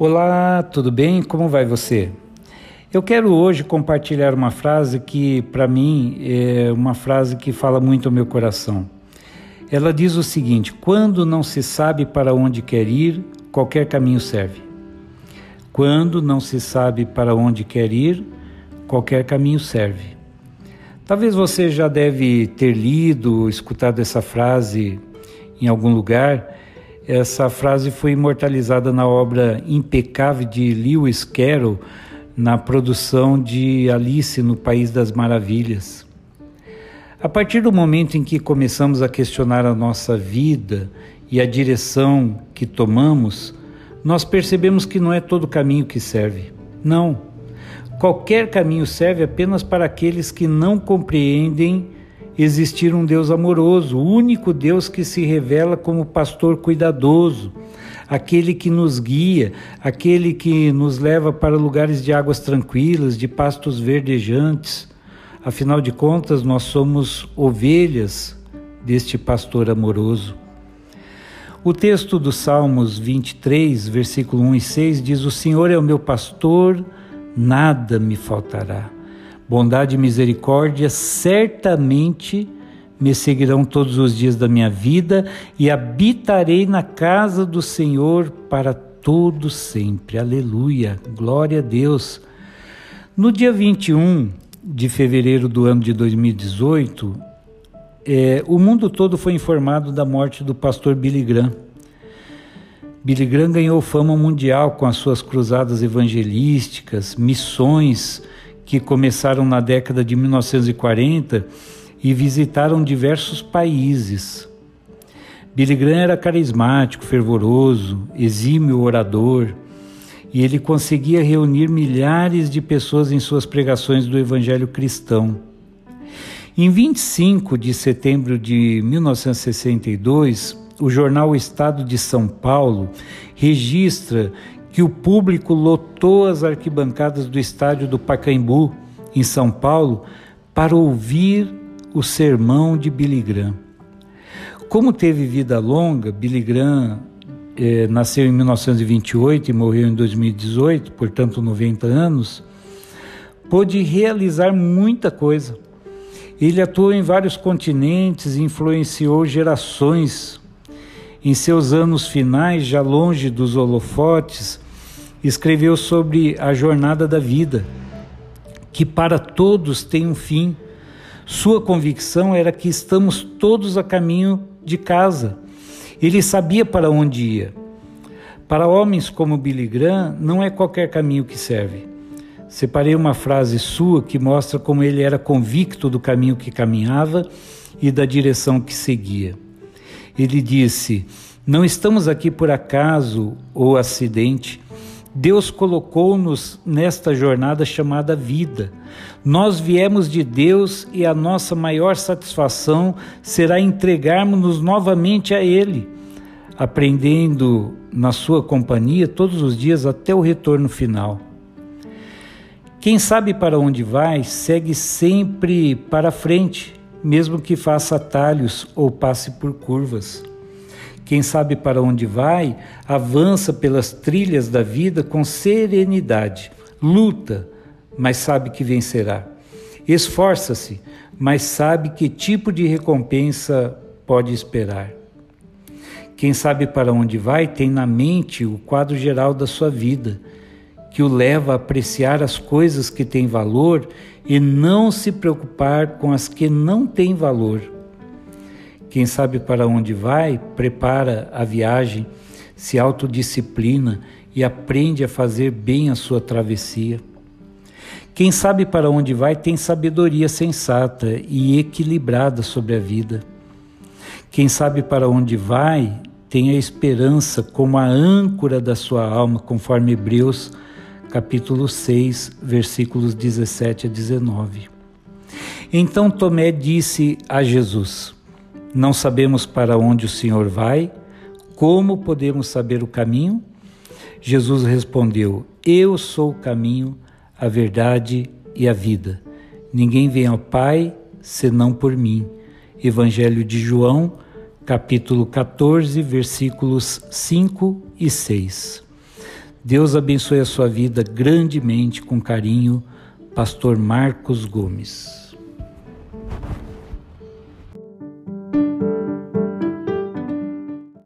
Olá, tudo bem? Como vai você? Eu quero hoje compartilhar uma frase que, para mim, é uma frase que fala muito ao meu coração. Ela diz o seguinte: quando não se sabe para onde quer ir, qualquer caminho serve. Quando não se sabe para onde quer ir, qualquer caminho serve. Talvez você já deve ter lido, escutado essa frase em algum lugar. Essa frase foi imortalizada na obra impecável de Lewis Carroll, na produção de Alice no País das Maravilhas. A partir do momento em que começamos a questionar a nossa vida e a direção que tomamos, nós percebemos que não é todo caminho que serve. Não. Qualquer caminho serve apenas para aqueles que não compreendem existir um Deus amoroso, o único Deus que se revela como pastor cuidadoso, aquele que nos guia, aquele que nos leva para lugares de águas tranquilas, de pastos verdejantes. Afinal de contas, nós somos ovelhas deste pastor amoroso. O texto do Salmos 23, versículo 1 e 6 diz: "O Senhor é o meu pastor, nada me faltará. Bondade e misericórdia certamente me seguirão todos os dias da minha vida e habitarei na casa do Senhor para todo sempre." Aleluia, glória a Deus. No dia 21 de fevereiro do ano de 2018, o mundo todo foi informado da morte do pastor Billy Graham. Billy Graham ganhou fama mundial com as suas cruzadas evangelísticas, missões que começaram na década de 1940 e visitaram diversos países. Billy Graham era carismático, fervoroso, exímio orador, e ele conseguia reunir milhares de pessoas em suas pregações do evangelho cristão. Em 25 de setembro de 1962, o jornal O Estado de São Paulo registra que o público lotou as arquibancadas do estádio do Pacaembu, em São Paulo, para ouvir o sermão de Billy Graham. Como teve vida longa, Billy Graham nasceu em 1928 e morreu em 2018, portanto 90 anos, pôde realizar muita coisa. Ele atuou em vários continentes e influenciou gerações. Em seus anos finais, já longe dos holofotes, escreveu sobre a jornada da vida, que para todos tem um fim. Sua convicção era que estamos todos a caminho de casa. Ele sabia para onde ia. Para homens como Billy Graham, não é qualquer caminho que serve. Separei uma frase sua que mostra como ele era convicto do caminho que caminhava e da direção que seguia. Ele disse: "Não estamos aqui por acaso ou acidente. Deus colocou-nos nesta jornada chamada vida. Nós viemos de Deus e a nossa maior satisfação será entregarmos-nos novamente a Ele, aprendendo na sua companhia todos os dias até o retorno final. Quem sabe para onde vai, segue sempre para frente, mesmo que faça atalhos ou passe por curvas. Quem sabe para onde vai, avança pelas trilhas da vida com serenidade, luta, mas sabe que vencerá. Esforça-se, mas sabe que tipo de recompensa pode esperar. Quem sabe para onde vai, tem na mente o quadro geral da sua vida, que o leva a apreciar as coisas que têm valor e não se preocupar com as que não têm valor. Quem sabe para onde vai, prepara a viagem, se autodisciplina e aprende a fazer bem a sua travessia. Quem sabe para onde vai, tem sabedoria sensata e equilibrada sobre a vida. Quem sabe para onde vai, tem a esperança como a âncora da sua alma, conforme Hebreus capítulo 6, versículos 17 a 19. Então Tomé disse a Jesus: "Não sabemos para onde o Senhor vai, como podemos saber o caminho?" Jesus respondeu: "Eu sou o caminho, a verdade e a vida. Ninguém vem ao Pai senão por mim." Evangelho de João, capítulo 14, versículos 5 e 6. Deus abençoe a sua vida grandemente, com carinho, Pastor Marcos Gomes.